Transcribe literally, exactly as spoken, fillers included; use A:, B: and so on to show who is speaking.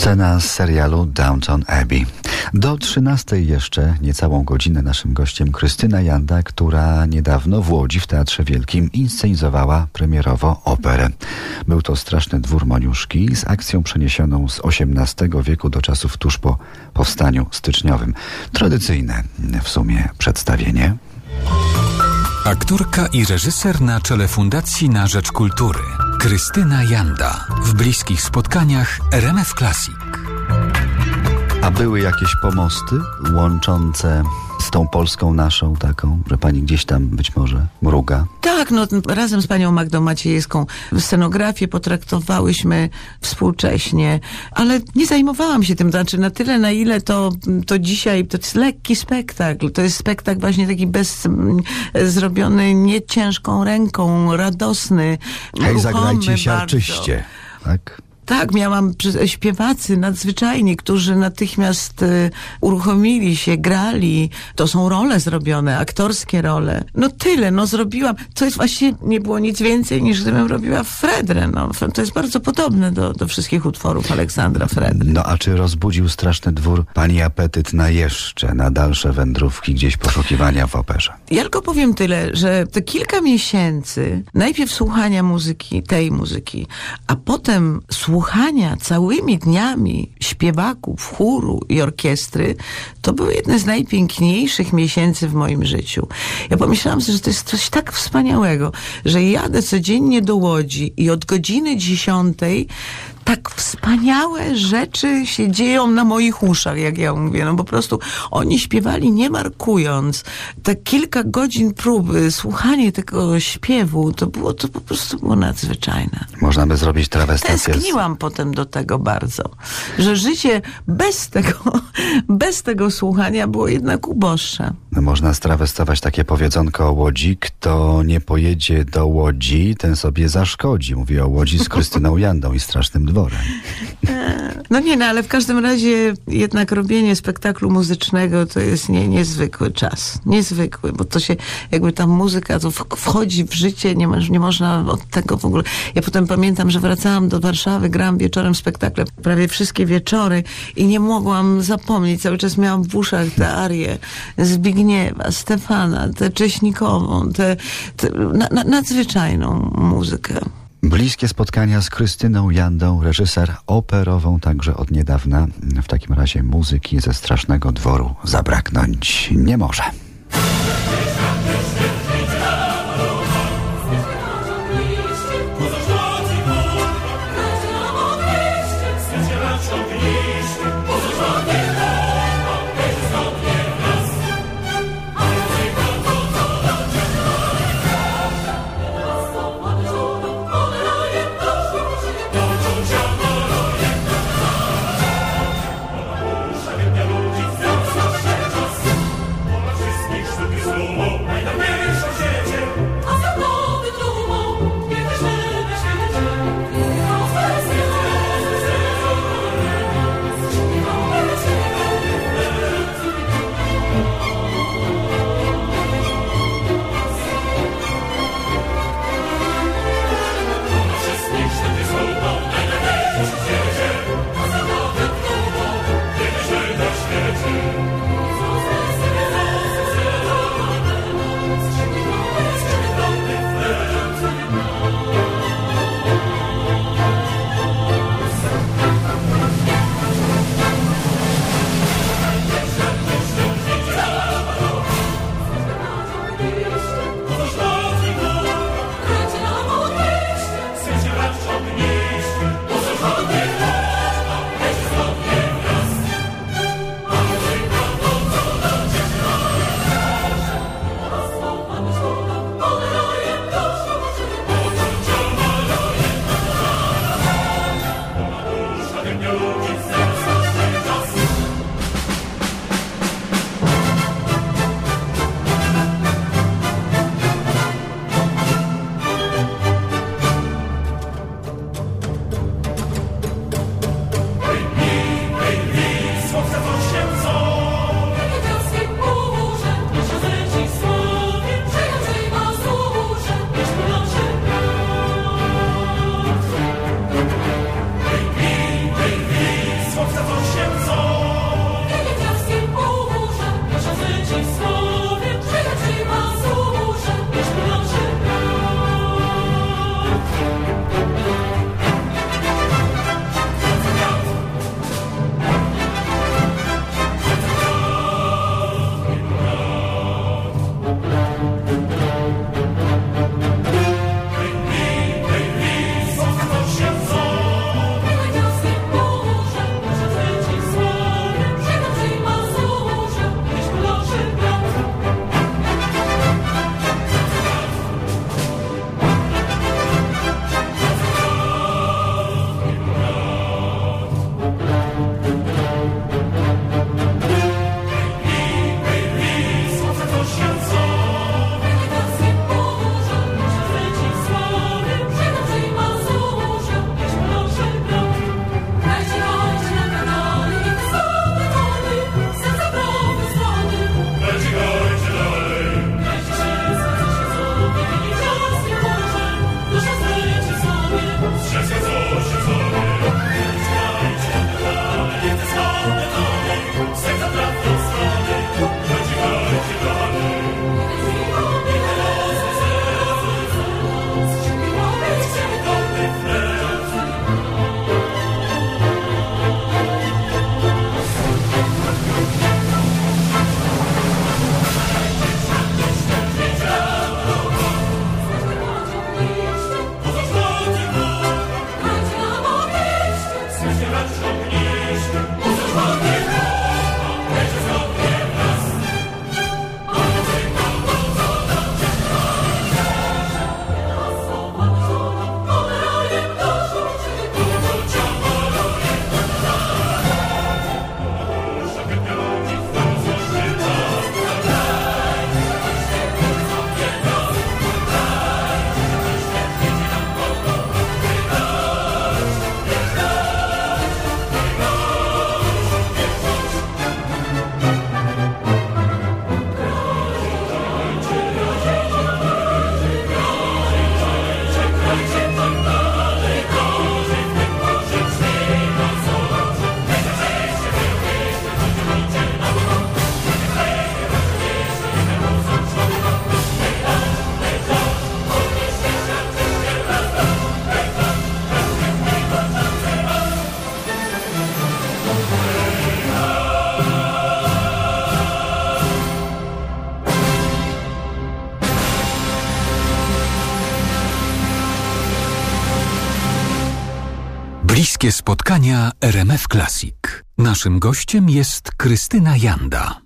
A: Scena z serialu Downton Abbey. Do trzynastej jeszcze niecałą godzinę naszym gościem Krystyna Janda, która niedawno w Łodzi w Teatrze Wielkim inscenizowała premierowo operę. Był to Straszny dwór Moniuszki z akcją przeniesioną z osiemnastego wieku do czasów tuż po powstaniu styczniowym. Tradycyjne w sumie przedstawienie.
B: Aktorka i reżyser na czele Fundacji na Rzecz Kultury Krystyna Janda w bliskich spotkaniach R M F Classic.
A: A były jakieś pomosty łączące z tą Polską naszą taką, że pani gdzieś tam być może mruga?
C: Tak, no razem z panią Magdą Maciejewską scenografię potraktowałyśmy współcześnie, ale nie zajmowałam się tym, to znaczy na tyle, na ile to, to dzisiaj, to jest lekki spektakl, to jest spektakl właśnie taki bez, zrobiony nie ciężką ręką, radosny,
A: Hej, zagrajcie się
C: bardzo.
A: arczyście, tak?
C: Tak, miałam śpiewacy nadzwyczajni, którzy natychmiast y, uruchomili się, grali. To są role zrobione, aktorskie role. No tyle, no zrobiłam. To jest właśnie, nie było nic więcej niż gdybym robiła Fredrę. No, to jest bardzo podobne do, do wszystkich utworów Aleksandra Fredry.
A: No a czy rozbudził Straszny dwór pani apetyt na jeszcze, na dalsze wędrówki, gdzieś poszukiwania w operze?
C: Ja tylko powiem tyle, że te kilka miesięcy, najpierw słuchania muzyki, tej muzyki, a potem słuchania całymi dniami śpiewaków, chóru i orkiestry, to były jedne z najpiękniejszych miesięcy w moim życiu. Ja pomyślałam sobie, że to jest coś tak wspaniałego, że jadę codziennie do Łodzi i od godziny dziesiątej tak wspaniałe rzeczy się dzieją na moich uszach, jak ja mówię. No po prostu oni śpiewali nie markując. Te kilka godzin próby, słuchanie tego śpiewu, to było to po prostu było nadzwyczajne.
A: Można by zrobić trawestację.
C: Tęskniłam potem do tego bardzo. Że życie bez tego, bez tego słuchania było jednak uboższe.
A: No, można strawestować takie powiedzonko o Łodzi. Kto nie pojedzie do Łodzi, ten sobie zaszkodzi. Mówi o Łodzi z Krystyną Jandą i Strasznym dworem.
C: No nie, no ale w każdym razie jednak robienie spektaklu muzycznego to jest nie, niezwykły czas. Niezwykły, bo to się jakby ta muzyka to wchodzi w życie, nie, nie można od tego w ogóle. Ja potem pamiętam, że wracałam do Warszawy, grałam wieczorem spektakle, prawie wszystkie wieczory i nie mogłam zapomnieć. Cały czas miałam w uszach te arie Zbigniewa, Stefana, tę Cześnikową, tę na, na, nadzwyczajną muzykę.
A: Bliskie spotkania z Krystyną Jandą, reżyser operową także od niedawna. W takim razie muzyki ze Strasznego dworu zabraknąć nie może.
B: Bliskie spotkania R M F Classic. Naszym gościem jest Krystyna Janda.